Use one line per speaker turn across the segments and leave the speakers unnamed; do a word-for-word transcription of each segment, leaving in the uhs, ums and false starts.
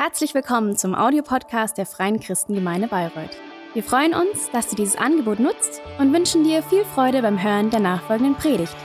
Herzlich willkommen zum Audiopodcast der Freien Christengemeinde Bayreuth. Wir freuen uns, dass du dieses Angebot nutzt und wünschen dir viel Freude beim Hören der nachfolgenden Predigt.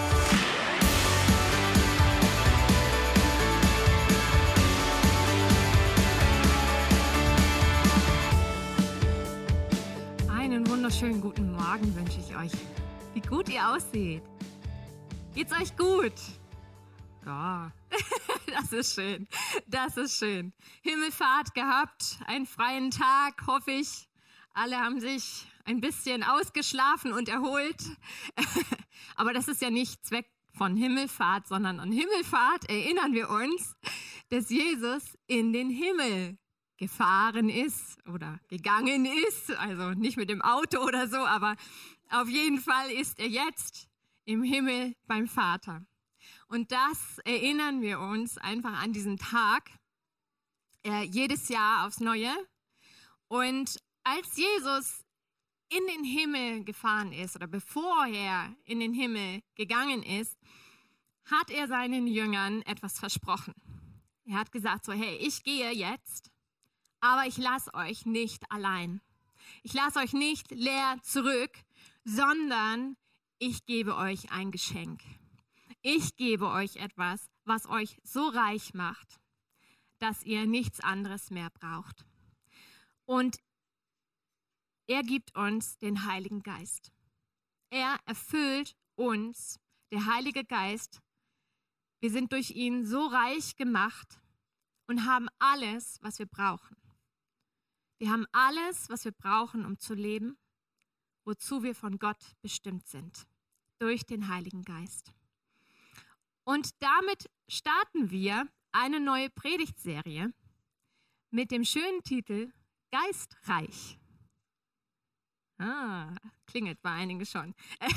Einen wunderschönen guten Morgen wünsche ich euch. Wie gut ihr ausseht. Geht's euch gut? Ja, das ist schön. Das ist schön. Himmelfahrt gehabt, einen freien Tag, hoffe ich. Alle haben sich ein bisschen ausgeschlafen und erholt. Aber das ist ja nicht Zweck von Himmelfahrt, sondern an Himmelfahrt erinnern wir uns, dass Jesus in den Himmel gefahren ist oder gegangen ist. Also nicht mit dem Auto oder so, aber auf jeden Fall ist er jetzt im Himmel beim Vater. Und das erinnern wir uns einfach an diesen Tag, äh, jedes Jahr aufs Neue. Und als Jesus in den Himmel gefahren ist oder bevor er in den Himmel gegangen ist, hat er seinen Jüngern etwas versprochen. Er hat gesagt so, hey, ich gehe jetzt, aber ich lasse euch nicht allein. Ich lasse euch nicht leer zurück, sondern ich gebe euch ein Geschenk. Ich gebe euch etwas, was euch so reich macht, dass ihr nichts anderes mehr braucht. Und er gibt uns den Heiligen Geist. Er erfüllt uns, der Heilige Geist. Wir sind durch ihn so reich gemacht und haben alles, was wir brauchen. Wir haben alles, was wir brauchen, um zu leben, wozu wir von Gott bestimmt sind, durch den Heiligen Geist. Und damit starten wir eine neue Predigtserie mit dem schönen Titel Geistreich. Ah, klingelt bei einigen schon.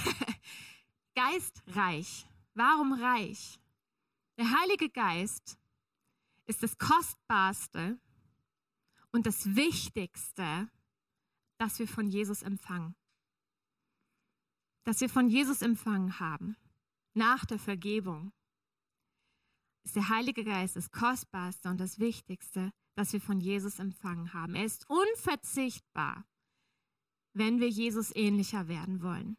Geistreich. Warum reich? Der Heilige Geist ist das Kostbarste und das Wichtigste, das wir von Jesus empfangen. Das wir von Jesus empfangen haben, nach der Vergebung. Ist der Heilige Geist das Kostbarste und das Wichtigste, das wir von Jesus empfangen haben. Er ist unverzichtbar, wenn wir Jesus ähnlicher werden wollen.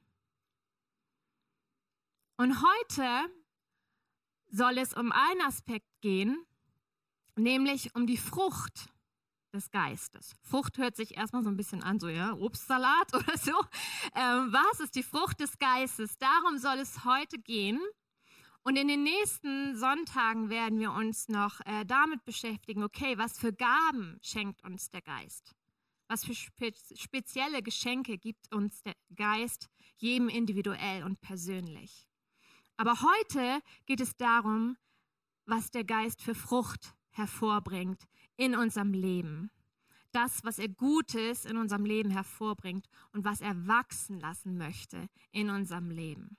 Und heute soll es um einen Aspekt gehen, nämlich um die Frucht des Geistes. Frucht hört sich erstmal so ein bisschen an, so ja, Obstsalat oder so. Ähm, was ist die Frucht des Geistes? Darum soll es heute gehen. Und in den nächsten Sonntagen werden wir uns noch äh, damit beschäftigen, okay, was für Gaben schenkt uns der Geist? Was für spe- spezielle Geschenke gibt uns der Geist, jedem individuell und persönlich? Aber heute geht es darum, was der Geist für Frucht hervorbringt in unserem Leben. Das, was er Gutes in unserem Leben hervorbringt und was er wachsen lassen möchte in unserem Leben.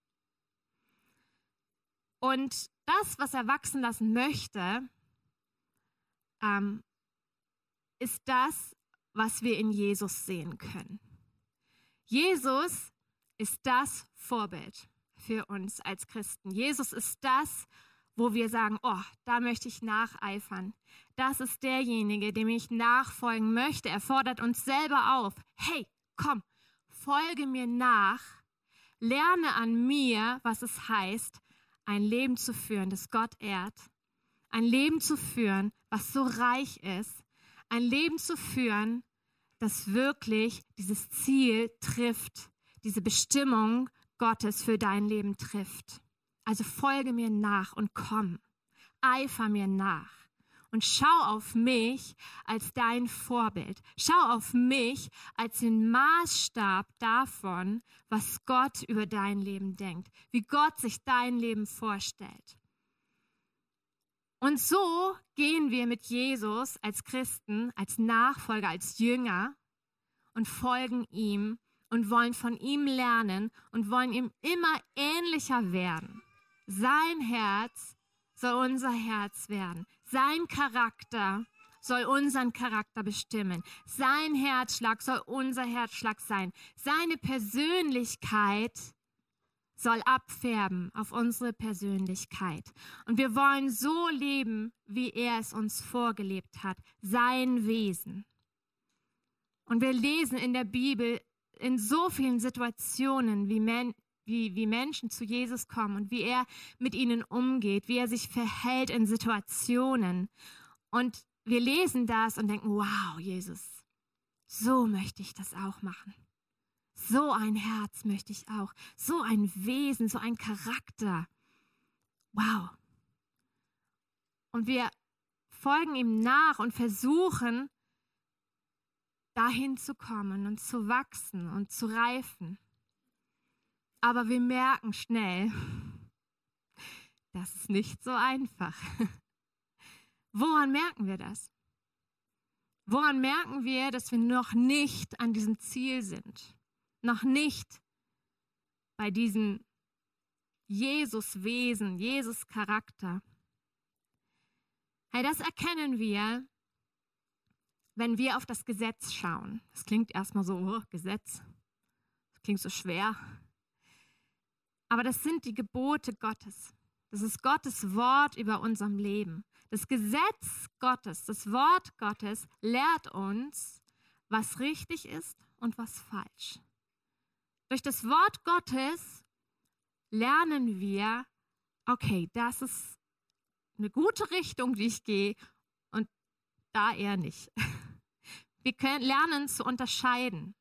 Und das, was er wachsen lassen möchte, ähm, ist das, was wir in Jesus sehen können. Jesus ist das Vorbild für uns als Christen. Jesus ist das, wo wir sagen, oh, da möchte ich nacheifern. Das ist derjenige, dem ich nachfolgen möchte. Er fordert uns selber auf. Hey, komm, folge mir nach, lerne an mir, was es heißt, ein Leben zu führen, das Gott ehrt. Ein Leben zu führen, was so reich ist. Ein Leben zu führen, das wirklich dieses Ziel trifft, diese Bestimmung Gottes für dein Leben trifft. Also folge mir nach und komm, eifer mir nach und schau auf mich als dein Vorbild. Schau auf mich als den Maßstab davon, was Gott über dein Leben denkt, wie Gott sich dein Leben vorstellt. Und so gehen wir mit Jesus als Christen, als Nachfolger, als Jünger und folgen ihm und wollen von ihm lernen und wollen ihm immer ähnlicher werden. Sein Herz soll unser Herz werden. Sein Charakter soll unseren Charakter bestimmen. Sein Herzschlag soll unser Herzschlag sein. Seine Persönlichkeit soll abfärben auf unsere Persönlichkeit. Und wir wollen so leben, wie er es uns vorgelebt hat, sein Wesen. Und wir lesen in der Bibel in so vielen Situationen, wie, Men- wie, wie Menschen zu Jesus kommen und wie er mit ihnen umgeht, wie er sich verhält in Situationen. Und wir lesen das und denken, wow, Jesus, so möchte ich das auch machen. So ein Herz möchte ich auch. So ein Wesen, so ein Charakter. Wow. Und wir folgen ihm nach und versuchen, dahin zu kommen und zu wachsen und zu reifen. Aber wir merken schnell, das ist nicht so einfach. Woran merken wir das? Woran merken wir, dass wir noch nicht an diesem Ziel sind? Noch nicht bei diesem Jesus-Wesen, Jesus-Charakter? Hey, das erkennen wir, wenn wir auf das Gesetz schauen. Das klingt erstmal so, oh, Gesetz, das klingt so schwer. Aber das sind die Gebote Gottes. Das ist Gottes Wort über unserem Leben. Das Gesetz Gottes, das Wort Gottes lehrt uns, was richtig ist und was falsch. Durch das Wort Gottes lernen wir, okay, das ist eine gute Richtung, die ich gehe und da eher nicht. Wir können lernen zu unterscheiden.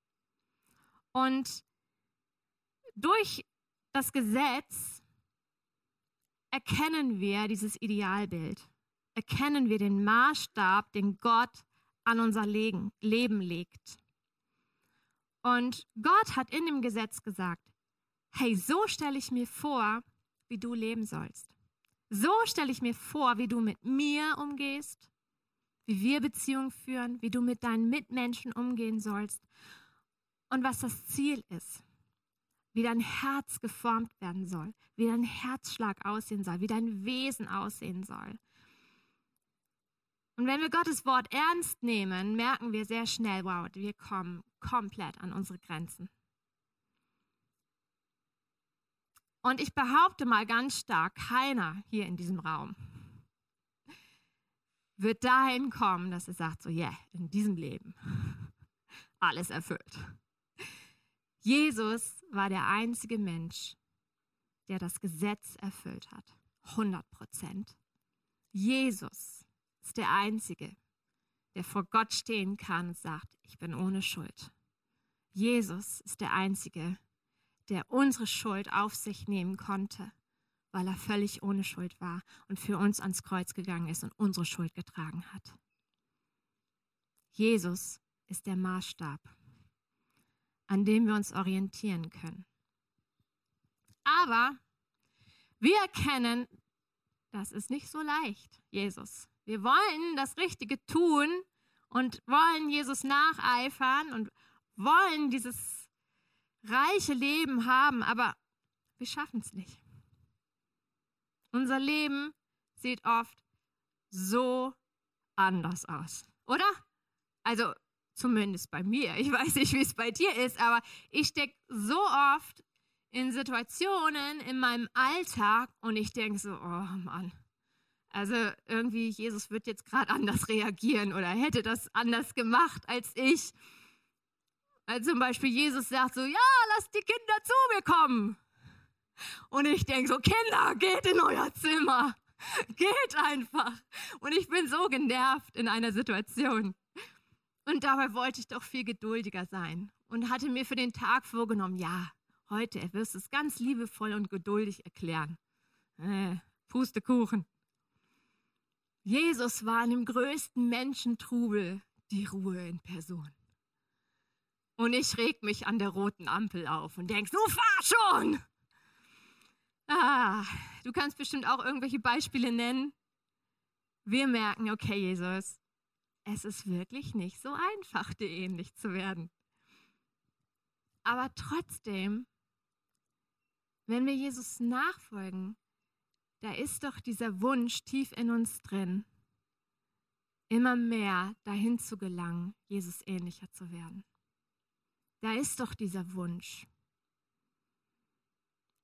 Und durch das Gesetz erkennen wir dieses Idealbild, erkennen wir den Maßstab, den Gott an unser Leben legt. Und Gott hat in dem Gesetz gesagt, hey, so stelle ich mir vor, wie du leben sollst. So stelle ich mir vor, wie du mit mir umgehst, wie wir Beziehungen führen, wie du mit deinen Mitmenschen umgehen sollst und was das Ziel ist, wie dein Herz geformt werden soll, wie dein Herzschlag aussehen soll, wie dein Wesen aussehen soll. Und wenn wir Gottes Wort ernst nehmen, merken wir sehr schnell, wow, wir kommen komplett an unsere Grenzen. Und ich behaupte mal ganz stark, keiner hier in diesem Raum wird dahin kommen, dass er sagt, so, ja, yeah, in diesem Leben alles erfüllt. Jesus war der einzige Mensch, der das Gesetz erfüllt hat. hundert Prozent. Jesus ist der Einzige, der vor Gott stehen kann und sagt, ich bin ohne Schuld. Jesus ist der Einzige, der unsere Schuld auf sich nehmen konnte, weil er völlig ohne Schuld war und für uns ans Kreuz gegangen ist und unsere Schuld getragen hat. Jesus ist der Maßstab, an dem wir uns orientieren können. Aber wir erkennen, das ist nicht so leicht, Jesus. Wir wollen das Richtige tun und wollen Jesus nacheifern und wollen dieses reiche Leben haben, aber wir schaffen es nicht. Unser Leben sieht oft so anders aus, oder? Also zumindest bei mir. Ich weiß nicht, wie es bei dir ist, aber ich stecke so oft in Situationen in meinem Alltag und ich denke so, oh Mann, also irgendwie Jesus wird jetzt gerade anders reagieren oder hätte das anders gemacht als ich. Weil zum Beispiel Jesus sagt so, ja, lasst die Kinder zu mir kommen. Und ich denke so, Kinder, geht in euer Zimmer. Geht einfach. Und ich bin so genervt in einer Situation. Und dabei wollte ich doch viel geduldiger sein und hatte mir für den Tag vorgenommen, ja, heute wirst du es ganz liebevoll und geduldig erklären. Äh, Pustekuchen. Jesus war in dem größten Menschentrubel die Ruhe in Person. Und ich reg mich an der roten Ampel auf und denk, du fahr schon! Ah, du kannst bestimmt auch irgendwelche Beispiele nennen. Wir merken, okay, Jesus, es ist wirklich nicht so einfach, dir ähnlich zu werden. Aber trotzdem, wenn wir Jesus nachfolgen, da ist doch dieser Wunsch tief in uns drin, immer mehr dahin zu gelangen, Jesus ähnlicher zu werden. Da ist doch dieser Wunsch.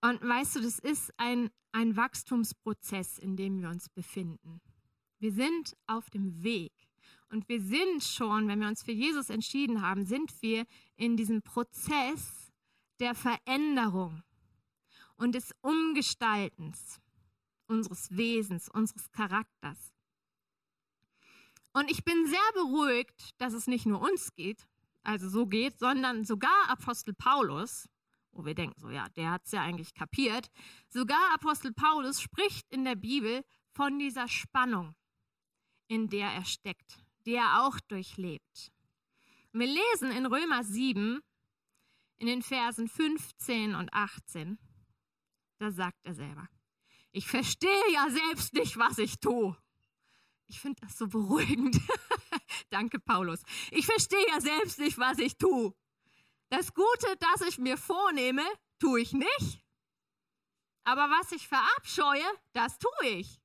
Und weißt du, das ist ein, ein Wachstumsprozess, in dem wir uns befinden. Wir sind auf dem Weg. Und wir sind schon, wenn wir uns für Jesus entschieden haben, sind wir in diesem Prozess der Veränderung und des Umgestaltens unseres Wesens, unseres Charakters. Und ich bin sehr beruhigt, dass es nicht nur uns geht, also so geht, sondern sogar Apostel Paulus, wo wir denken, so ja, der hat es ja eigentlich kapiert, sogar Apostel Paulus spricht in der Bibel von dieser Spannung, in der er steckt, die er auch durchlebt. Wir lesen in Römer sieben, in den Versen fünfzehn und achtzehn, da sagt er selber, ich verstehe ja selbst nicht, was ich tue. Ich finde das so beruhigend. Danke, Paulus. Ich verstehe ja selbst nicht, was ich tue. Das Gute, das ich mir vornehme, tue ich nicht. Aber was ich verabscheue, das tue ich.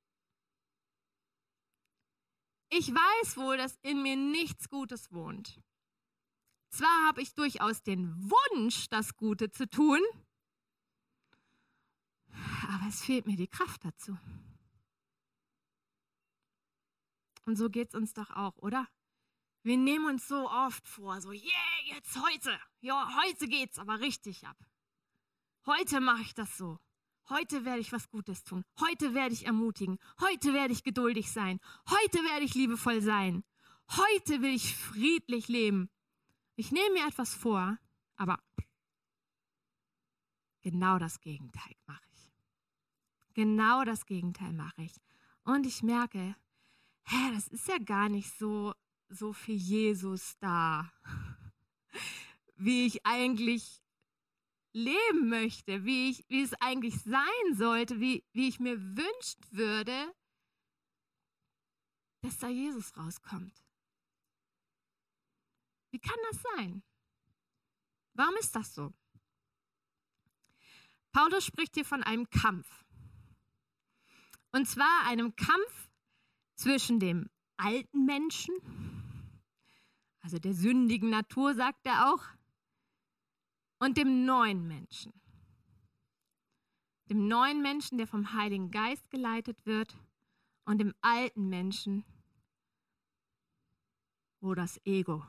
Ich weiß wohl, dass in mir nichts Gutes wohnt. Zwar habe ich durchaus den Wunsch, das Gute zu tun, aber es fehlt mir die Kraft dazu. Und so geht es uns doch auch, oder? Wir nehmen uns so oft vor, so, yeah, jetzt heute, ja, heute geht's aber richtig ab. Heute mache ich das so. Heute werde ich was Gutes tun. Heute werde ich ermutigen. Heute werde ich geduldig sein. Heute werde ich liebevoll sein. Heute will ich friedlich leben. Ich nehme mir etwas vor, aber genau das Gegenteil mache ich. Genau das Gegenteil mache ich. Und ich merke, hä, das ist ja gar nicht so, so für Jesus da, wie ich eigentlich leben möchte, wie, ich, wie es eigentlich sein sollte, wie, wie ich mir wünschen würde, dass da Jesus rauskommt. Wie kann das sein? Warum ist das so? Paulus spricht hier von einem Kampf. Und zwar einem Kampf zwischen dem alten Menschen, also der sündigen Natur, sagt er auch, und dem neuen Menschen. Dem neuen Menschen, der vom Heiligen Geist geleitet wird, und dem alten Menschen, wo das Ego,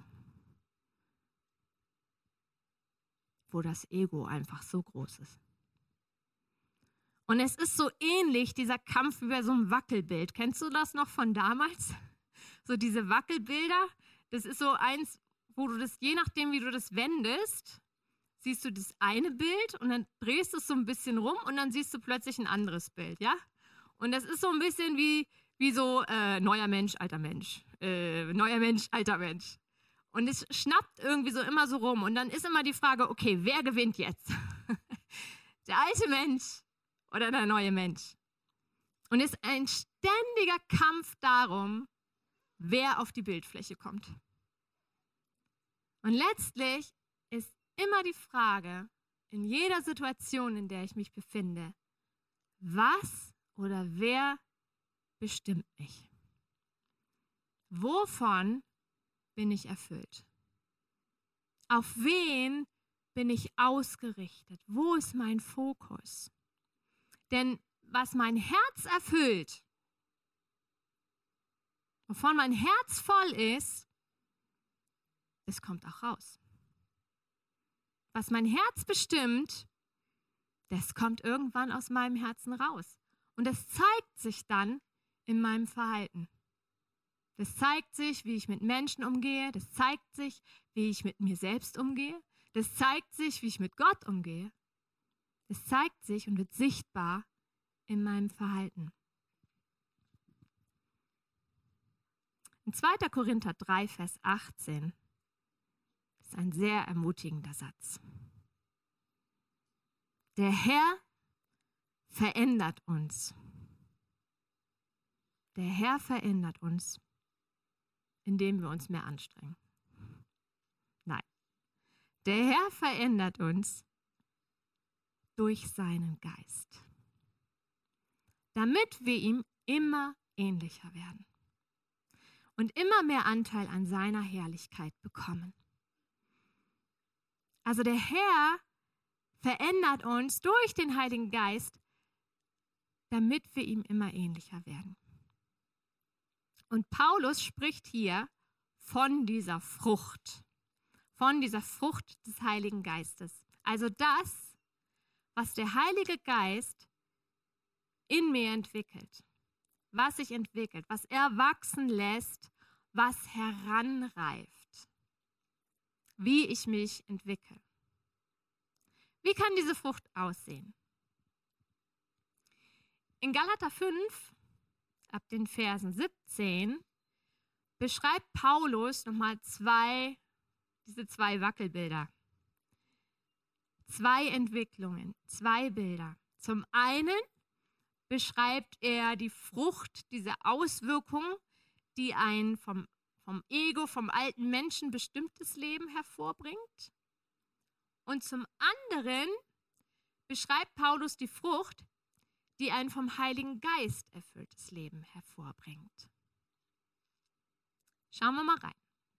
wo das Ego einfach so groß ist. Und es ist so ähnlich, dieser Kampf wie bei so einem Wackelbild. Kennst du das noch von damals? So diese Wackelbilder, das ist so eins, wo du das, je nachdem wie du das wendest, siehst du das eine Bild und dann drehst du es so ein bisschen rum und dann siehst du plötzlich ein anderes Bild, ja? Und das ist so ein bisschen wie, wie so äh, neuer Mensch, alter Mensch, äh, neuer Mensch, alter Mensch. Und es schnappt irgendwie so immer so rum und dann ist immer die Frage, okay, wer gewinnt jetzt? Der alte Mensch oder der neue Mensch? Und es ist ein ständiger Kampf darum, wer auf die Bildfläche kommt. Und letztlich ist immer die Frage, in jeder Situation, in der ich mich befinde, was oder wer bestimmt mich? Wovon bin ich erfüllt? Auf wen bin ich ausgerichtet? Wo ist mein Fokus? Denn was mein Herz erfüllt, wovon mein Herz voll ist, das kommt auch raus. Was mein Herz bestimmt, das kommt irgendwann aus meinem Herzen raus. Und das zeigt sich dann in meinem Verhalten. Das zeigt sich, wie ich mit Menschen umgehe. Das zeigt sich, wie ich mit mir selbst umgehe. Das zeigt sich, wie ich mit Gott umgehe. Das zeigt sich und wird sichtbar in meinem Verhalten. In zweiter Korinther drei, Vers achtzehn ist ein sehr ermutigender Satz. Der Herr verändert uns. Der Herr verändert uns, indem wir uns mehr anstrengen. Nein, der Herr verändert uns durch seinen Geist, damit wir ihm immer ähnlicher werden und immer mehr Anteil an seiner Herrlichkeit bekommen. Also der Herr verändert uns durch den Heiligen Geist, damit wir ihm immer ähnlicher werden. Und Paulus spricht hier von dieser Frucht, von dieser Frucht des Heiligen Geistes. Also das, was der Heilige Geist in mir entwickelt, was sich entwickelt, was er wachsen lässt, was heranreift, wie ich mich entwickle. Wie kann diese Frucht aussehen? In Galater fünf, ab den Versen siebzehn, beschreibt Paulus nochmal zwei, diese zwei Wackelbilder. Zwei Entwicklungen, zwei Bilder. Zum einen beschreibt er die Frucht, diese Auswirkung, die ein vom, vom Ego, vom alten Menschen bestimmtes Leben hervorbringt. Und zum anderen beschreibt Paulus die Frucht, die ein vom Heiligen Geist erfülltes Leben hervorbringt. Schauen wir mal rein.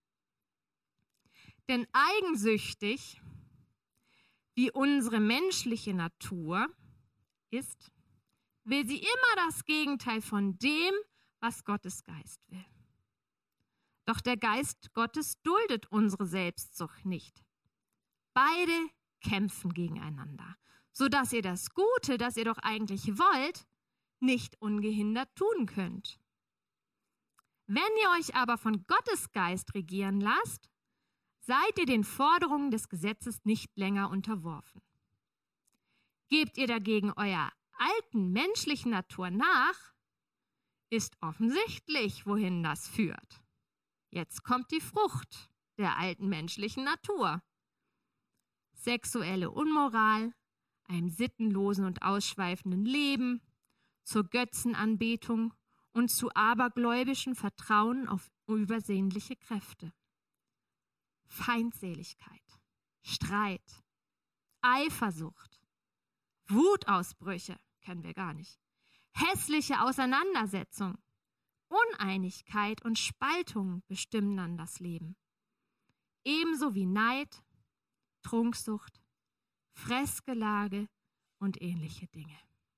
Denn eigensüchtig, wie unsere menschliche Natur ist, will sie immer das Gegenteil von dem, was Gottes Geist will. Doch der Geist Gottes duldet unsere Selbstsucht nicht. Beide kämpfen gegeneinander, sodass ihr das Gute, das ihr doch eigentlich wollt, nicht ungehindert tun könnt. Wenn ihr euch aber von Gottes Geist regieren lasst, seid ihr den Forderungen des Gesetzes nicht länger unterworfen. Gebt ihr dagegen eurer alten menschlichen Natur nach, ist offensichtlich, wohin das führt. Jetzt kommt die Frucht der alten menschlichen Natur. Sexuelle Unmoral, einem sittenlosen und ausschweifenden Leben, zur Götzenanbetung und zu abergläubischem Vertrauen auf übersehnliche Kräfte. Feindseligkeit, Streit, Eifersucht, Wutausbrüche, kennen wir gar nicht, hässliche Auseinandersetzung, Uneinigkeit und Spaltung bestimmen dann das Leben. Ebenso wie Neid, Trunksucht, Fressgelage und ähnliche Dinge.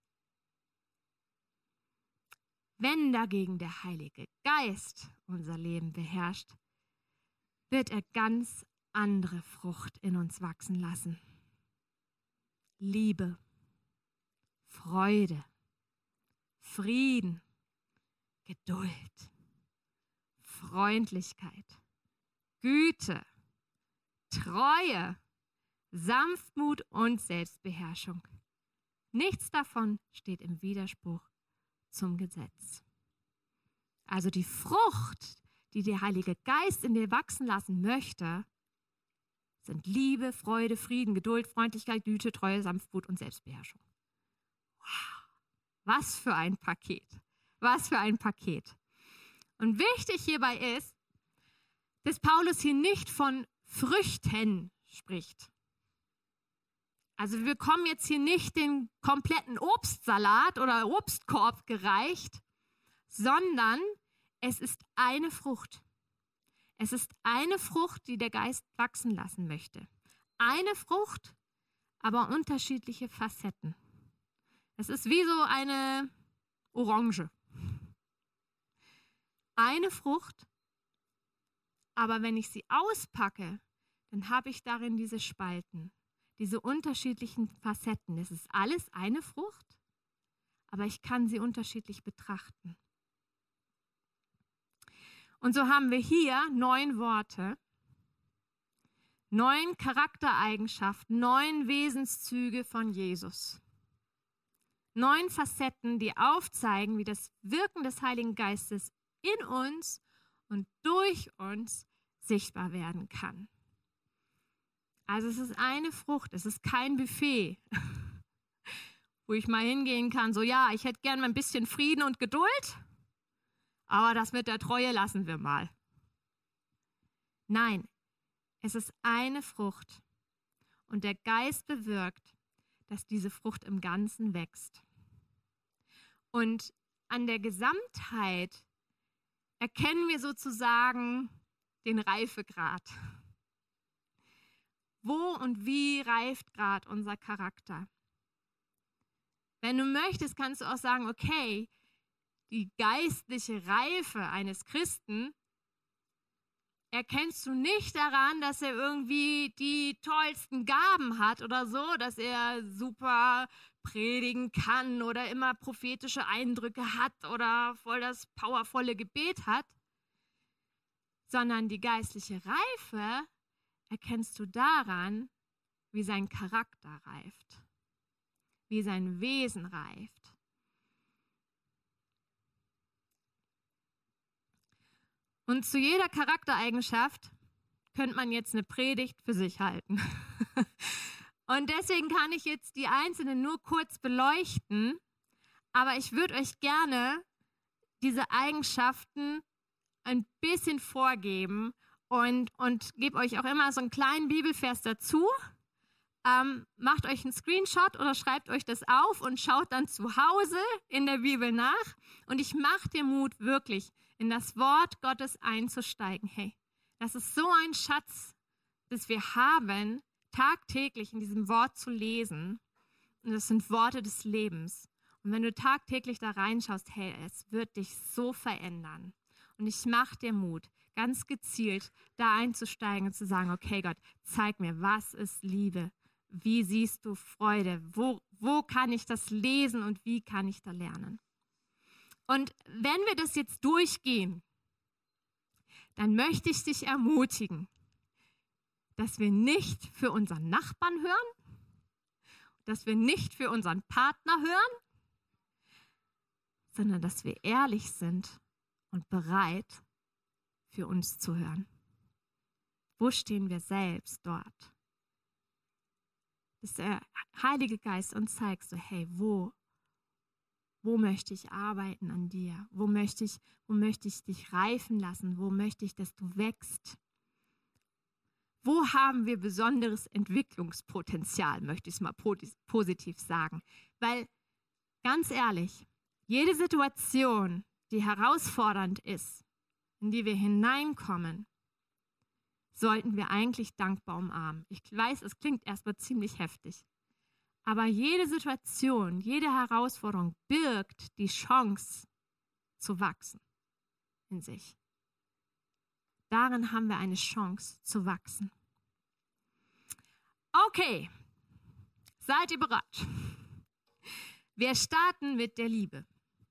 Wenn dagegen der Heilige Geist unser Leben beherrscht, wird er ganz andere Frucht in uns wachsen lassen. Liebe, Freude, Frieden, Geduld, Freundlichkeit, Güte, Treue, Sanftmut und Selbstbeherrschung. Nichts davon steht im Widerspruch zum Gesetz. Also die Frucht, die der Heilige Geist in dir wachsen lassen möchte, sind Liebe, Freude, Frieden, Geduld, Freundlichkeit, Güte, Treue, Sanftmut und Selbstbeherrschung. Wow, was für ein Paket, was für ein Paket. Und wichtig hierbei ist, dass Paulus hier nicht von Früchten spricht. Also wir bekommen jetzt hier nicht den kompletten Obstsalat oder Obstkorb gereicht, sondern es ist eine Frucht. Es ist eine Frucht, die der Geist wachsen lassen möchte. Eine Frucht, aber unterschiedliche Facetten. Es ist wie so eine Orange. Eine Frucht, aber wenn ich sie auspacke, dann habe ich darin diese Spalten, diese unterschiedlichen Facetten. Es ist alles eine Frucht, aber ich kann sie unterschiedlich betrachten. Und so haben wir hier neun Worte, neun Charaktereigenschaften, neun Wesenszüge von Jesus. Neun Facetten, die aufzeigen, wie das Wirken des Heiligen Geistes in uns und durch uns sichtbar werden kann. Also es ist eine Frucht, es ist kein Buffet, wo ich mal hingehen kann, so ja, ich hätte gerne ein bisschen Frieden und Geduld, aber das mit der Treue lassen wir mal. Nein, es ist eine Frucht und der Geist bewirkt, dass diese Frucht im Ganzen wächst. Und an der Gesamtheit erkennen wir sozusagen den Reifegrad. Wo und wie reift gerade unser Charakter? Wenn du möchtest, kannst du auch sagen, okay, die geistliche Reife eines Christen erkennst du nicht daran, dass er irgendwie die tollsten Gaben hat oder so, dass er super predigen kann oder immer prophetische Eindrücke hat oder voll das powervolle Gebet hat, sondern die geistliche Reife erkennst du daran, wie sein Charakter reift, wie sein Wesen reift. Und zu jeder Charaktereigenschaft könnte man jetzt eine Predigt für sich halten. Und deswegen kann ich jetzt die einzelnen nur kurz beleuchten, aber ich würde euch gerne diese Eigenschaften ein bisschen vorgeben und, und gebe euch auch immer so einen kleinen Bibelvers dazu. Ähm, macht euch einen Screenshot oder schreibt euch das auf und schaut dann zu Hause in der Bibel nach. Und ich mache dir Mut, wirklich in das Wort Gottes einzusteigen. Hey, das ist so ein Schatz, das wir haben, tagtäglich in diesem Wort zu lesen. Und das sind Worte des Lebens. Und wenn du tagtäglich da reinschaust, hey, es wird dich so verändern. Und ich mache dir Mut, ganz gezielt da einzusteigen und zu sagen, okay Gott, zeig mir, was ist Liebe? Wie siehst du Freude? Wo, wo kann ich das lesen und wie kann ich da lernen? Und wenn wir das jetzt durchgehen, dann möchte ich dich ermutigen, dass wir nicht für unseren Nachbarn hören, dass wir nicht für unseren Partner hören, sondern dass wir ehrlich sind und bereit, für uns zu hören. Wo stehen wir selbst dort? Dass der Heilige Geist uns zeigt, so, hey, wo, wo möchte ich arbeiten an dir? Wo möchte ich, wo möchte ich dich reifen lassen? Wo möchte ich, dass du wächst? Wo haben wir besonderes Entwicklungspotenzial, möchte ich es mal positiv sagen. Weil, ganz ehrlich, jede Situation, die herausfordernd ist, in die wir hineinkommen, sollten wir eigentlich dankbar umarmen. Ich weiß, es klingt erstmal ziemlich heftig. Aber jede Situation, jede Herausforderung birgt die Chance zu wachsen in sich. Darin haben wir eine Chance zu wachsen. Okay, seid ihr bereit? Wir starten mit der Liebe.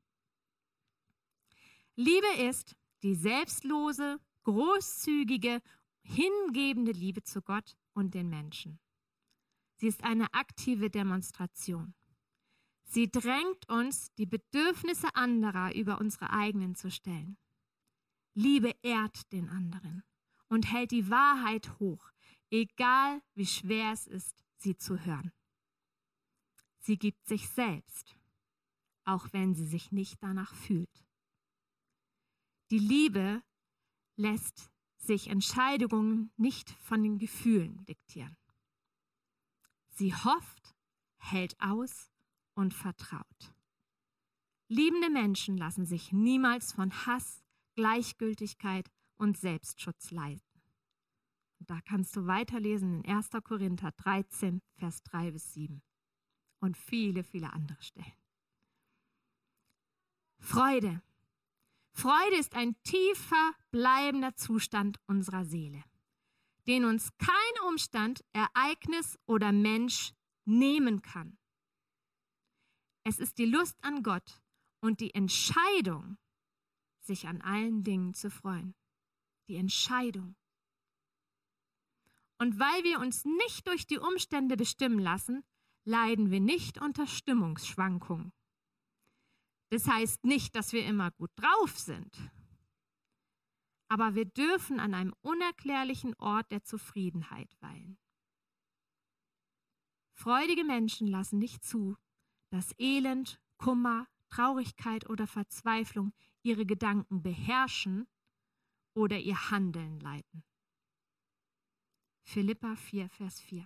Liebe ist die selbstlose, großzügige, hingebende Liebe zu Gott und den Menschen. Sie ist eine aktive Demonstration. Sie drängt uns, die Bedürfnisse anderer über unsere eigenen zu stellen. Liebe ehrt den anderen und hält die Wahrheit hoch, egal wie schwer es ist, sie zu hören. Sie gibt sich selbst, auch wenn sie sich nicht danach fühlt. Die Liebe lässt sich Entscheidungen nicht von den Gefühlen diktieren. Sie hofft, hält aus und vertraut. Liebende Menschen lassen sich niemals von Hass, Gleichgültigkeit und Selbstschutz leiten. Und da kannst du weiterlesen in erster Korinther dreizehn, Vers drei bis sieben und viele, viele andere Stellen. Freude. Freude ist ein tiefer, bleibender Zustand unserer Seele, den uns kein Umstand, Ereignis oder Mensch nehmen kann. Es ist die Lust an Gott und die Entscheidung, sich an allen Dingen zu freuen. Die Entscheidung. Und weil wir uns nicht durch die Umstände bestimmen lassen, leiden wir nicht unter Stimmungsschwankungen. Das heißt nicht, dass wir immer gut drauf sind. Aber wir dürfen an einem unerklärlichen Ort der Zufriedenheit weilen. Freudige Menschen lassen nicht zu, dass Elend, Kummer, Traurigkeit oder Verzweiflung ihre Gedanken beherrschen oder ihr Handeln leiten. Philipper vier, Vers vier.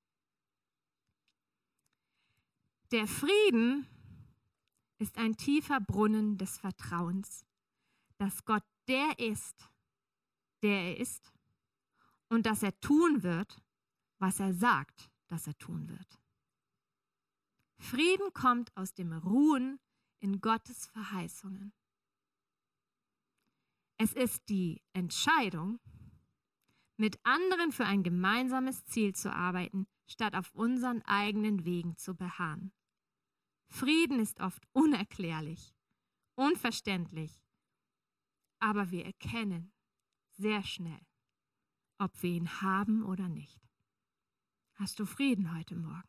Der Frieden ist ein tiefer Brunnen des Vertrauens, dass Gott der ist, der er ist, und dass er tun wird, was er sagt, dass er tun wird. Frieden kommt aus dem Ruhen in Gottes Verheißungen. Es ist die Entscheidung, mit anderen für ein gemeinsames Ziel zu arbeiten, statt auf unseren eigenen Wegen zu beharren. Frieden ist oft unerklärlich, unverständlich, aber wir erkennen sehr schnell, ob wir ihn haben oder nicht. Hast du Frieden heute Morgen?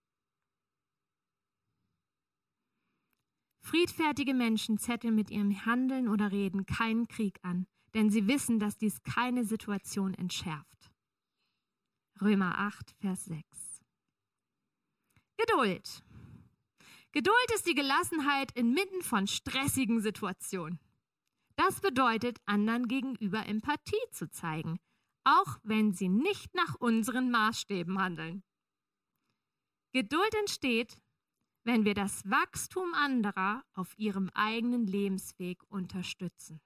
Friedfertige Menschen zetteln mit ihrem Handeln oder Reden keinen Krieg an, denn sie wissen, dass dies keine Situation entschärft. Römer acht, Vers sechs. Geduld. Geduld ist die Gelassenheit inmitten von stressigen Situationen. Das bedeutet, anderen gegenüber Empathie zu zeigen, auch wenn sie nicht nach unseren Maßstäben handeln. Geduld entsteht, wenn wir das Wachstum anderer auf ihrem eigenen Lebensweg unterstützen.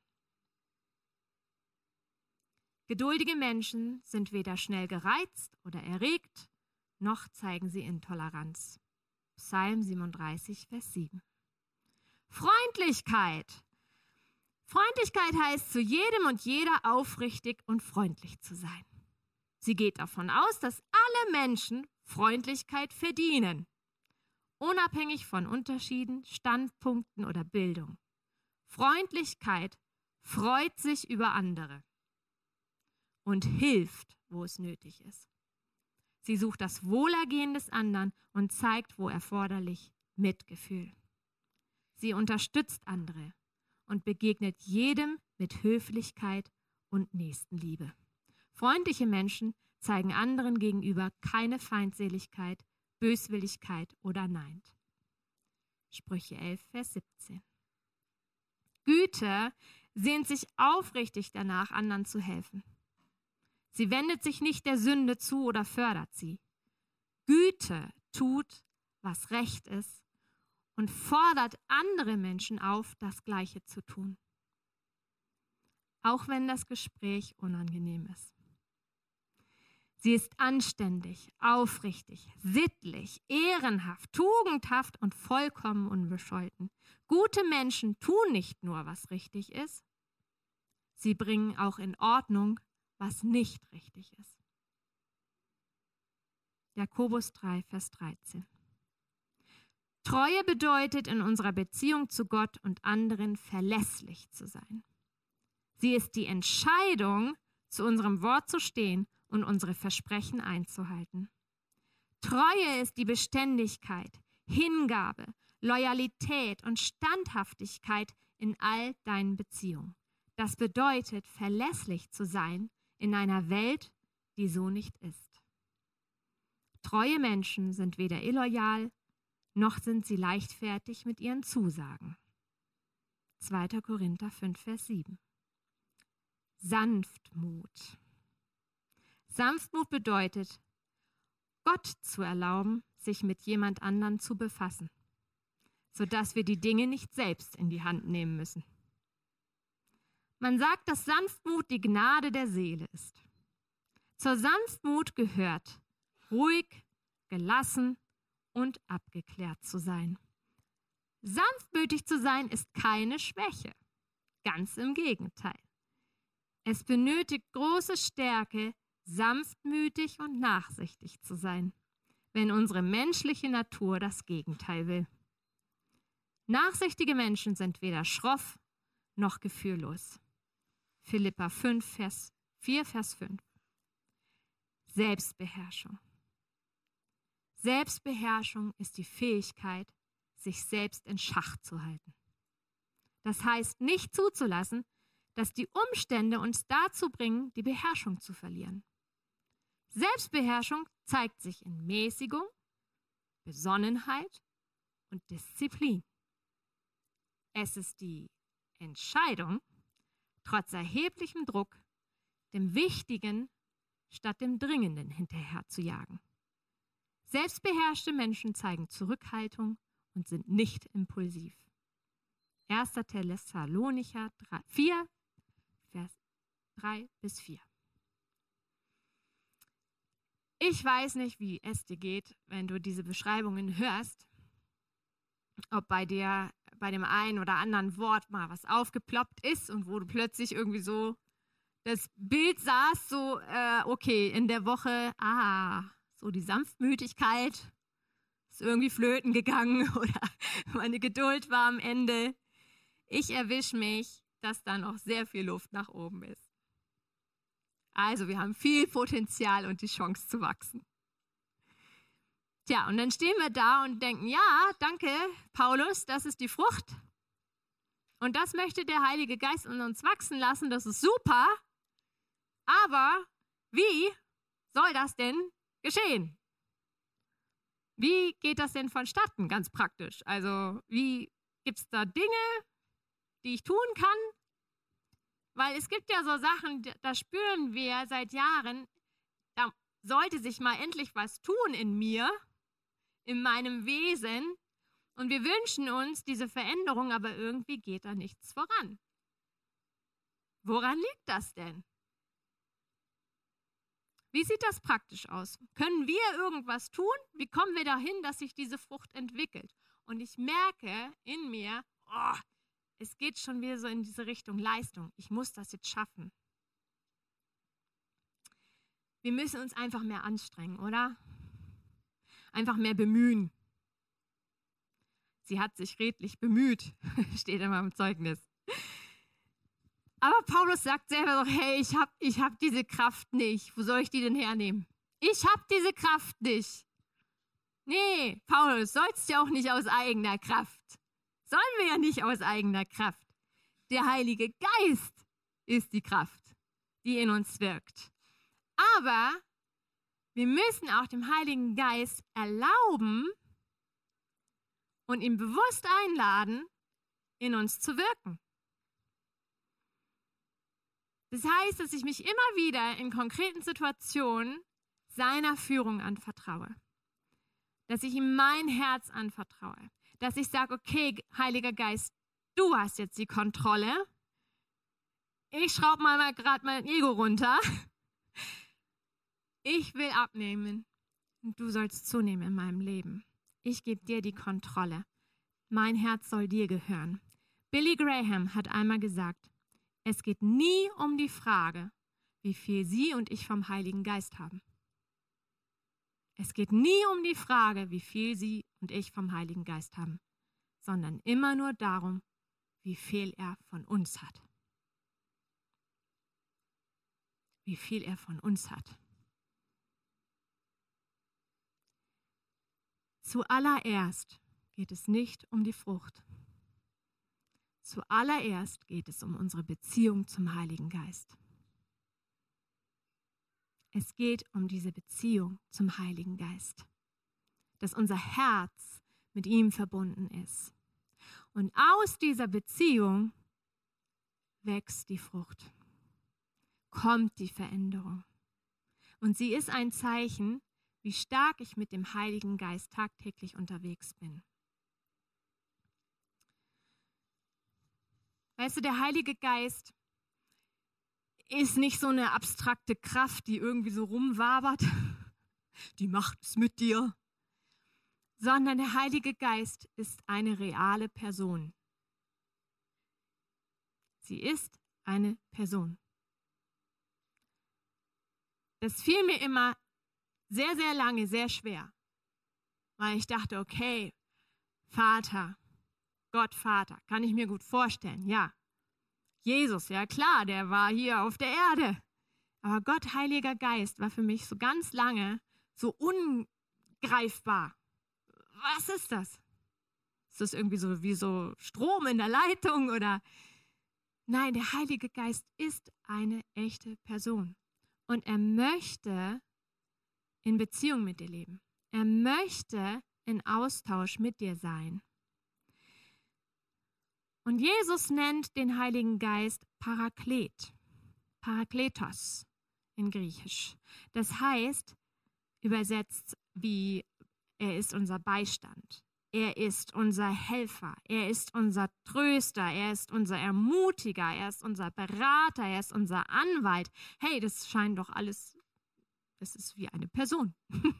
Geduldige Menschen sind weder schnell gereizt oder erregt, noch zeigen sie Intoleranz. Psalm siebenunddreißig, Vers sieben. Freundlichkeit. Freundlichkeit heißt, zu jedem und jeder aufrichtig und freundlich zu sein. Sie geht davon aus, dass alle Menschen Freundlichkeit verdienen, unabhängig von Unterschieden, Standpunkten oder Bildung. Freundlichkeit freut sich über andere und hilft, wo es nötig ist. Sie sucht das Wohlergehen des anderen und zeigt, wo erforderlich, Mitgefühl. Sie unterstützt andere und begegnet jedem mit Höflichkeit und Nächstenliebe. Freundliche Menschen zeigen anderen gegenüber keine Feindseligkeit, Böswilligkeit oder Neid. Sprüche elf, Vers siebzehn. Güte sehnt sich aufrichtig danach, anderen zu helfen. Sie wendet sich nicht der Sünde zu oder fördert sie. Güte tut, was recht ist und fordert andere Menschen auf, das Gleiche zu tun. Auch wenn das Gespräch unangenehm ist. Sie ist anständig, aufrichtig, sittlich, ehrenhaft, tugendhaft und vollkommen unbescholten. Gute Menschen tun nicht nur, was richtig ist, sie bringen auch in Ordnung, was nicht richtig ist. Jakobus drei, Vers dreizehn. Treue bedeutet, in unserer Beziehung zu Gott und anderen verlässlich zu sein. Sie ist die Entscheidung, zu unserem Wort zu stehen und unsere Versprechen einzuhalten. Treue ist die Beständigkeit, Hingabe, Loyalität und Standhaftigkeit in all deinen Beziehungen. Das bedeutet, verlässlich zu sein in einer Welt, die so nicht ist. Treue Menschen sind weder illoyal, noch sind sie leichtfertig mit ihren Zusagen. zweiter Korinther fünf, Vers sieben. Sanftmut. Sanftmut bedeutet, Gott zu erlauben, sich mit jemand anderem zu befassen, sodass wir die Dinge nicht selbst in die Hand nehmen müssen. Man sagt, dass Sanftmut die Gnade der Seele ist. Zur Sanftmut gehört, ruhig, gelassen und abgeklärt zu sein. Sanftmütig zu sein ist keine Schwäche, ganz im Gegenteil. Es benötigt große Stärke, sanftmütig und nachsichtig zu sein, wenn unsere menschliche Natur das Gegenteil will. Nachsichtige Menschen sind weder schroff noch gefühllos. Philipper fünf, Vers vier, Vers fünf. Selbstbeherrschung. Selbstbeherrschung ist die Fähigkeit, sich selbst in Schach zu halten. Das heißt, nicht zuzulassen, dass die Umstände uns dazu bringen, die Beherrschung zu verlieren. Selbstbeherrschung zeigt sich in Mäßigung, Besonnenheit und Disziplin. Es ist die Entscheidung, trotz erheblichem Druck, dem Wichtigen statt dem Dringenden hinterher zu jagen. Selbstbeherrschte Menschen zeigen Zurückhaltung und sind nicht impulsiv. erster Thessalonicher vier, Vers drei bis vier. Ich weiß nicht, wie es dir geht, wenn du diese Beschreibungen hörst, ob bei dir bei dem einen oder anderen Wort mal was aufgeploppt ist und wo du plötzlich irgendwie so das Bild sahst, so, äh, okay, in der Woche, ah, so die Sanftmütigkeit ist irgendwie flöten gegangen oder meine Geduld war am Ende. Ich erwische mich, dass da noch sehr viel Luft nach oben ist. Also wir haben viel Potenzial und die Chance zu wachsen. Tja, und dann stehen wir da und denken, ja, danke, Paulus, das ist die Frucht. Und das möchte der Heilige Geist in uns wachsen lassen, das ist super. Aber wie soll das denn geschehen? Wie geht das denn vonstatten, ganz praktisch? Also wie gibt es da Dinge, die ich tun kann? Weil es gibt ja so Sachen, da spüren wir seit Jahren, da sollte sich mal endlich was tun in mir, in meinem Wesen. Und wir wünschen uns diese Veränderung, aber irgendwie geht da nichts voran. Woran liegt das denn? Wie sieht das praktisch aus? Können wir irgendwas tun? Wie kommen wir dahin, dass sich diese Frucht entwickelt? Und ich merke in mir, oh, es geht schon wieder so in diese Richtung Leistung. Ich muss das jetzt schaffen. Wir müssen uns einfach mehr anstrengen, oder? Einfach mehr bemühen. Sie hat sich redlich bemüht, steht in meinem Zeugnis. Aber Paulus sagt selber so, hey, ich habe ich hab diese Kraft nicht. Wo soll ich die denn hernehmen? Ich habe diese Kraft nicht. Nee, Paulus, sollst ja auch nicht aus eigener Kraft. Sollen wir ja nicht aus eigener Kraft. Der Heilige Geist ist die Kraft, die in uns wirkt. Aber wir müssen auch dem Heiligen Geist erlauben und ihn bewusst einladen, in uns zu wirken. Das heißt, dass ich mich immer wieder in konkreten Situationen seiner Führung anvertraue. Dass ich ihm mein Herz anvertraue. Dass ich sage, okay, Heiliger Geist, du hast jetzt die Kontrolle. Ich schraube mal, mal gerade mein Ego runter. Ich will abnehmen und du sollst zunehmen in meinem Leben. Ich gebe dir die Kontrolle. Mein Herz soll dir gehören. Billy Graham hat einmal gesagt, es geht nie um die Frage, wie viel Sie und ich vom Heiligen Geist haben. Es geht nie um die Frage, wie viel Sie und ich vom Heiligen Geist haben, sondern immer nur darum, wie viel er von uns hat. Wie viel er von uns hat. Zuallererst geht es nicht um die Frucht. Zuallererst geht es um unsere Beziehung zum Heiligen Geist. Es geht um diese Beziehung zum Heiligen Geist, dass unser Herz mit ihm verbunden ist. Und aus dieser Beziehung wächst die Frucht, kommt die Veränderung. Und sie ist ein Zeichen, wie stark ich mit dem Heiligen Geist tagtäglich unterwegs bin. Weißt du, der Heilige Geist ist nicht so eine abstrakte Kraft, die irgendwie so rumwabert. Die macht es mit dir. Sondern der Heilige Geist ist eine reale Person. Sie ist eine Person. Das fiel mir immer sehr, sehr lange, sehr schwer. Weil ich dachte, okay, Vater, Gott Vater, kann ich mir gut vorstellen, ja. Jesus, ja klar, der war hier auf der Erde. Aber Gott, Heiliger Geist, war für mich so ganz lange so ungreifbar. Was ist das? Ist das irgendwie so wie so Strom in der Leitung oder? Nein, der Heilige Geist ist eine echte Person. Und er möchte in Beziehung mit dir leben. Er möchte in Austausch mit dir sein. Und Jesus nennt den Heiligen Geist Paraklet, Parakletos in Griechisch. Das heißt, übersetzt wie, er ist unser Beistand, er ist unser Helfer, er ist unser Tröster, er ist unser Ermutiger, er ist unser Berater, er ist unser Anwalt. Hey, das scheint doch alles Es ist wie eine Person.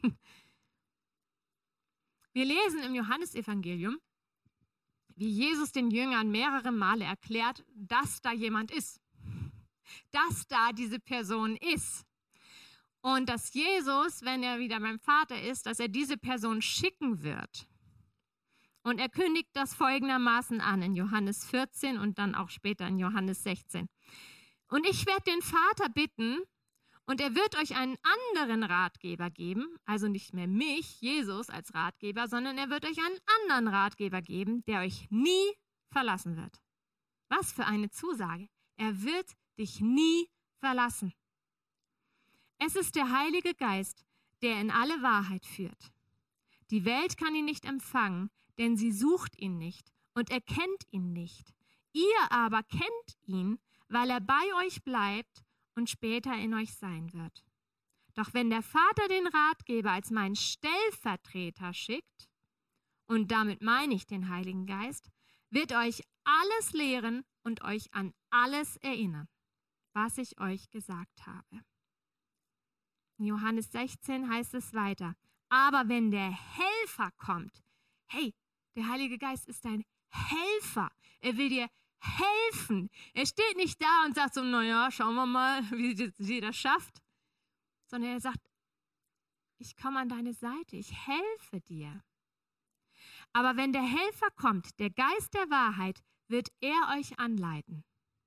Wir lesen im Johannesevangelium, wie Jesus den Jüngern mehrere Male erklärt, dass da jemand ist. Dass da diese Person ist. Und dass Jesus, wenn er wieder beim Vater ist, dass er diese Person schicken wird. Und er kündigt das folgendermaßen an in Johannes vierzehn und dann auch später in Johannes sechzehn. Und ich werde den Vater bitten, und er wird euch einen anderen Ratgeber geben, also nicht mehr mich, Jesus, als Ratgeber, sondern er wird euch einen anderen Ratgeber geben, der euch nie verlassen wird. Was für eine Zusage. Er wird dich nie verlassen. Es ist der Heilige Geist, der in alle Wahrheit führt. Die Welt kann ihn nicht empfangen, denn sie sucht ihn nicht und erkennt ihn nicht. Ihr aber kennt ihn, weil er bei euch bleibt und später in euch sein wird. Doch wenn der Vater den Ratgeber als meinen Stellvertreter schickt, und damit meine ich den Heiligen Geist, wird euch alles lehren und euch an alles erinnern, was ich euch gesagt habe. In Johannes sechzehn heißt es weiter, aber wenn der Helfer kommt, hey, der Heilige Geist ist dein Helfer, er will dir helfen. Er steht nicht da und sagt so, naja, schauen wir mal, wie sie das schafft, sondern er sagt, ich komme an deine Seite, ich helfe dir. Aber wenn der Helfer kommt, der Geist der Wahrheit, wird er euch anleiten,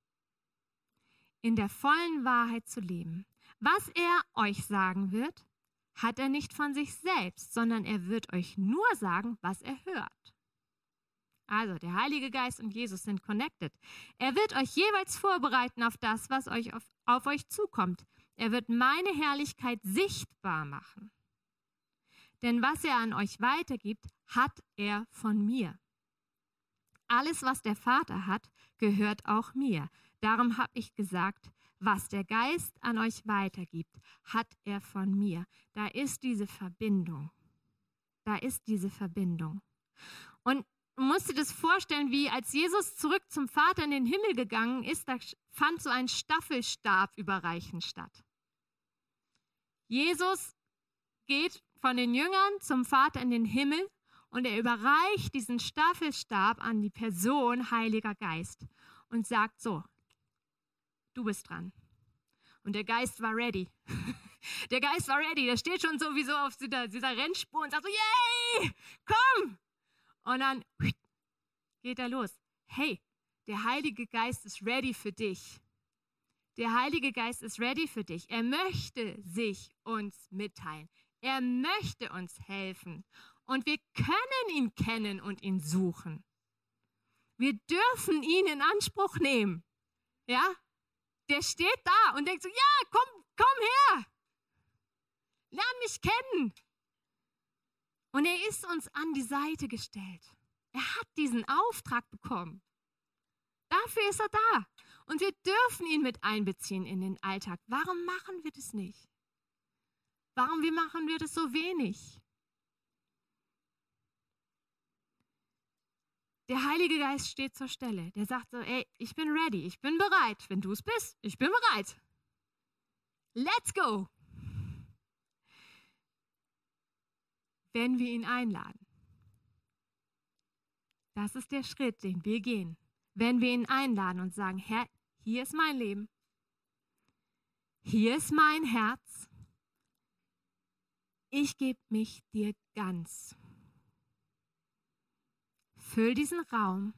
in der vollen Wahrheit zu leben. Was er euch sagen wird, hat er nicht von sich selbst, sondern er wird euch nur sagen, was er hört. Also der Heilige Geist und Jesus sind connected. Er wird euch jeweils vorbereiten auf das, was euch auf, auf euch zukommt. Er wird meine Herrlichkeit sichtbar machen. Denn was er an euch weitergibt, hat er von mir. Alles, was der Vater hat, gehört auch mir. Darum habe ich gesagt, was der Geist an euch weitergibt, hat er von mir. Da ist diese Verbindung. Da ist diese Verbindung. Und du musst dir das vorstellen, wie als Jesus zurück zum Vater in den Himmel gegangen ist, da fand so ein Staffelstabüberreichen statt. Jesus geht von den Jüngern zum Vater in den Himmel und er überreicht diesen Staffelstab an die Person Heiliger Geist und sagt so, du bist dran. Und der Geist war ready. Der Geist war ready. Der steht schon sowieso auf dieser, dieser Rennspur und sagt so, yay, komm. Und dann geht er los. Hey, der Heilige Geist ist ready für dich. Der Heilige Geist ist ready für dich. Er möchte sich uns mitteilen. Er möchte uns helfen. Und wir können ihn kennen und ihn suchen. Wir dürfen ihn in Anspruch nehmen. Ja? Der steht da und denkt so, ja, komm, komm her. Lern mich kennen. Und er ist uns an die Seite gestellt. Er hat diesen Auftrag bekommen. Dafür ist er da. Und wir dürfen ihn mit einbeziehen in den Alltag. Warum machen wir das nicht? Warum machen wir das so wenig? Der Heilige Geist steht zur Stelle. Der sagt so, ey, ich bin ready, ich bin bereit. Wenn du es bist, ich bin bereit. Let's go. Wenn wir ihn einladen. Das ist der Schritt, den wir gehen. Wenn wir ihn einladen und sagen, Herr, hier ist mein Leben. Hier ist mein Herz. Ich gebe mich dir ganz. Füll diesen Raum.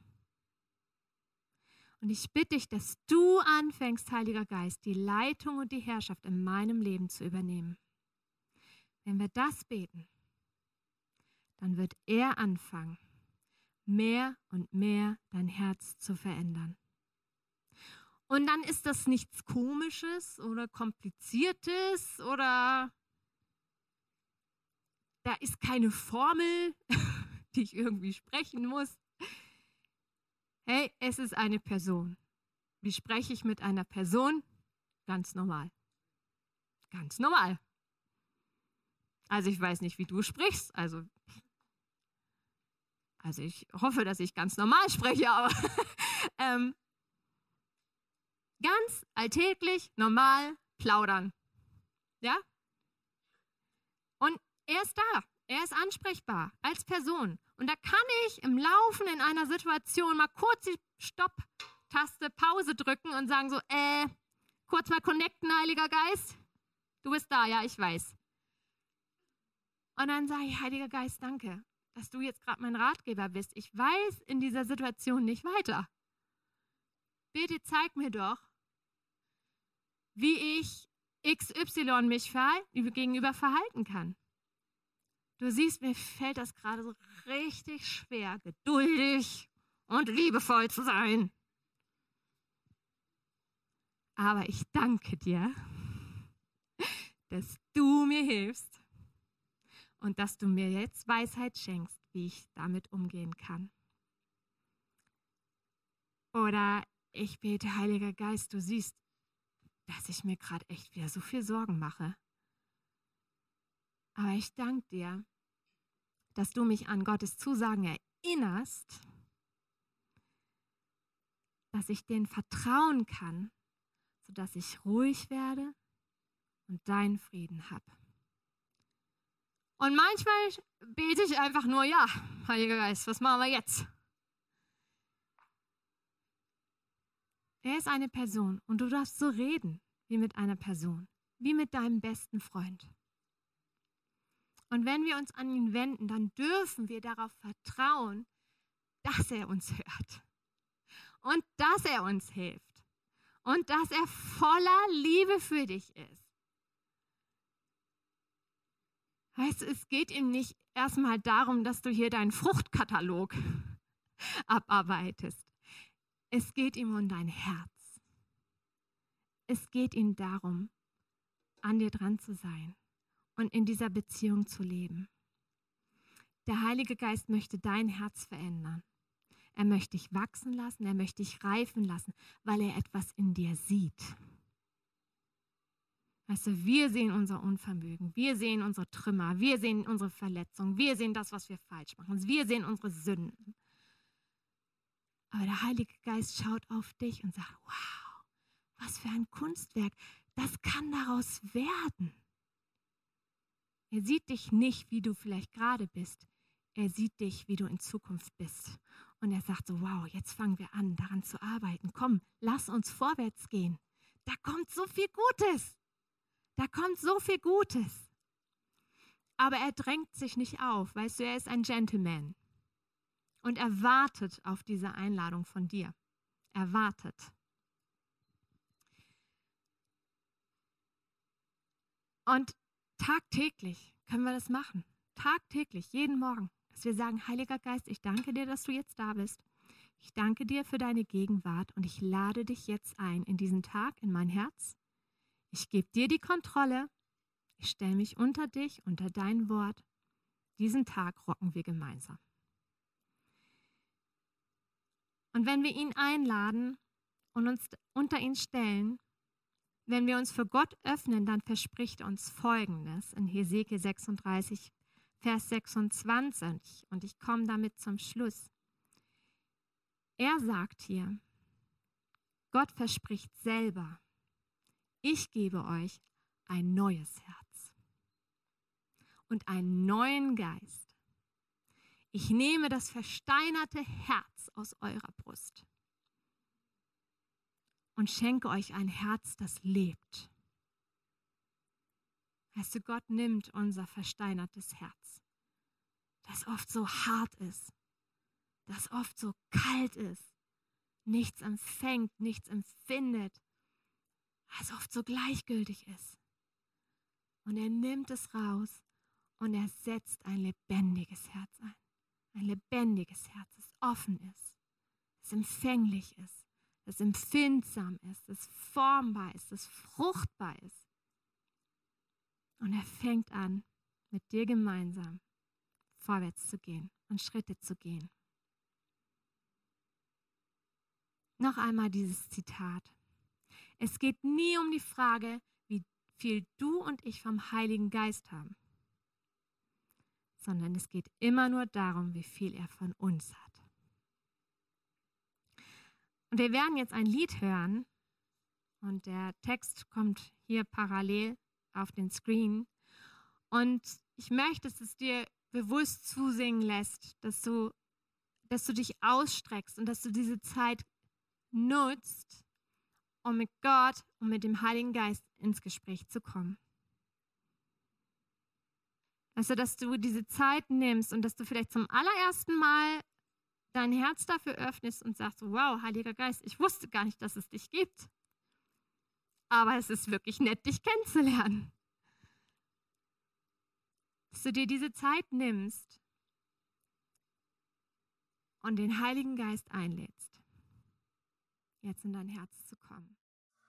Und ich bitte dich, dass du anfängst, Heiliger Geist, die Leitung und die Herrschaft in meinem Leben zu übernehmen. Wenn wir das beten, dann wird er anfangen, mehr und mehr dein Herz zu verändern. Und dann ist das nichts Komisches oder Kompliziertes oder da ist keine Formel, die ich irgendwie sprechen muss. Hey, es ist eine Person. Wie spreche ich mit einer Person? Ganz normal. Ganz normal. Also ich weiß nicht, wie du sprichst, also Also ich hoffe, dass ich ganz normal spreche, aber ähm, ganz alltäglich, normal plaudern. Ja? Und er ist da. Er ist ansprechbar als Person. Und da kann ich im Laufen in einer Situation mal kurz die Stopp-Taste Pause drücken und sagen so, äh, kurz mal connecten, Heiliger Geist. Du bist da, ja, ich weiß. Und dann sage ich, Heiliger Geist, danke, dass du jetzt gerade mein Ratgeber bist. Ich weiß in dieser Situation nicht weiter. Bitte zeig mir doch, wie ich X Y mich verhalten, gegenüber verhalten kann. Du siehst, mir fällt das gerade so richtig schwer, geduldig und liebevoll zu sein. Aber ich danke dir, dass du mir hilfst und dass du mir jetzt Weisheit schenkst, wie ich damit umgehen kann. Oder ich bete, Heiliger Geist, du siehst, dass ich mir gerade echt wieder so viel Sorgen mache. Aber ich danke dir, dass du mich an Gottes Zusagen erinnerst, dass ich denen vertrauen kann, sodass ich ruhig werde und deinen Frieden habe. Und manchmal bete ich einfach nur, ja, Heiliger Geist, was machen wir jetzt? Er ist eine Person und du darfst so reden wie mit einer Person, wie mit deinem besten Freund. Und wenn wir uns an ihn wenden, dann dürfen wir darauf vertrauen, dass er uns hört und dass er uns hilft und dass er voller Liebe für dich ist. Weißt du, es geht ihm nicht erstmal darum, dass du hier deinen Fruchtkatalog abarbeitest. Es geht ihm um dein Herz. Es geht ihm darum, an dir dran zu sein und in dieser Beziehung zu leben. Der Heilige Geist möchte dein Herz verändern. Er möchte dich wachsen lassen, er möchte dich reifen lassen, weil er etwas in dir sieht. Weißt du, wir sehen unser Unvermögen, wir sehen unsere Trümmer, wir sehen unsere Verletzungen, wir sehen das, was wir falsch machen, wir sehen unsere Sünden. Aber der Heilige Geist schaut auf dich und sagt, wow, was für ein Kunstwerk, das kann daraus werden. Er sieht dich nicht, wie du vielleicht gerade bist. Er sieht dich, wie du in Zukunft bist. Und er sagt so, wow, jetzt fangen wir an, daran zu arbeiten. Komm, lass uns vorwärts gehen. Da kommt so viel Gutes. Da kommt so viel Gutes. Aber er drängt sich nicht auf. Weißt du, er ist ein Gentleman. Und er wartet auf diese Einladung von dir. Er wartet. Und tagtäglich können wir das machen. Tagtäglich, jeden Morgen. Dass wir sagen, Heiliger Geist, ich danke dir, dass du jetzt da bist. Ich danke dir für deine Gegenwart und ich lade dich jetzt ein in diesen Tag, in mein Herz. Ich gebe dir die Kontrolle. Ich stelle mich unter dich, unter dein Wort. Diesen Tag rocken wir gemeinsam. Und wenn wir ihn einladen und uns unter ihn stellen, wenn wir uns für Gott öffnen, dann verspricht er uns Folgendes in Hesekiel sechsunddreißig, Vers sechsundzwanzig. Und ich komme damit zum Schluss. Er sagt hier, Gott verspricht selber, ich gebe euch ein neues Herz und einen neuen Geist. Ich nehme das versteinerte Herz aus eurer Brust und schenke euch ein Herz, das lebt. Weißt du, Gott nimmt unser versteinertes Herz, das oft so hart ist, das oft so kalt ist, nichts empfängt, nichts empfindet, das oft so gleichgültig ist. Und er nimmt es raus und er setzt ein lebendiges Herz ein. Ein lebendiges Herz, das offen ist, das empfänglich ist, das empfindsam ist, das formbar ist, das fruchtbar ist. Und er fängt an, mit dir gemeinsam vorwärts zu gehen und Schritte zu gehen. Noch einmal dieses Zitat. Es geht nie um die Frage, wie viel du und ich vom Heiligen Geist haben, sondern es geht immer nur darum, wie viel er von uns hat. Und wir werden jetzt ein Lied hören und der Text kommt hier parallel auf den Screen. Und ich möchte, dass es dir bewusst zusingen lässt, dass du, dass du dich ausstreckst und dass du diese Zeit nutzt, um mit Gott und mit dem Heiligen Geist ins Gespräch zu kommen. Also, dass du diese Zeit nimmst und dass du vielleicht zum allerersten Mal dein Herz dafür öffnest und sagst, wow, Heiliger Geist, ich wusste gar nicht, dass es dich gibt. Aber es ist wirklich nett, dich kennenzulernen. Dass du dir diese Zeit nimmst und den Heiligen Geist einlädst, jetzt in dein Herz zu kommen.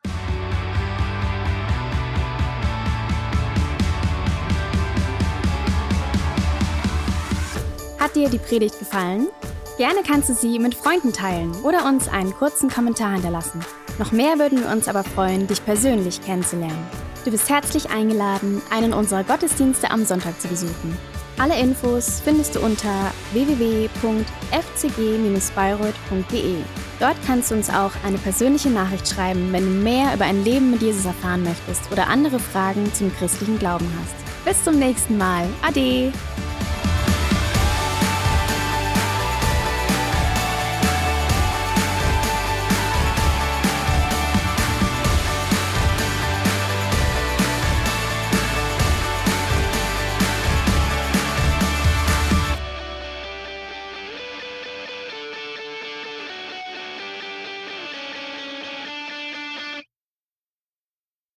Hat dir die Predigt gefallen? Gerne kannst du sie mit Freunden teilen oder uns einen kurzen Kommentar hinterlassen. Noch mehr würden wir uns aber freuen, dich persönlich kennenzulernen. Du bist herzlich eingeladen, einen unserer Gottesdienste am Sonntag zu besuchen. Alle Infos findest du unter w w w punkt f c g Bindestrich bayreuth punkt d e. Dort kannst du uns auch eine persönliche Nachricht schreiben, wenn du mehr über ein Leben mit Jesus erfahren möchtest oder andere Fragen zum christlichen Glauben hast. Bis zum nächsten Mal. Ade!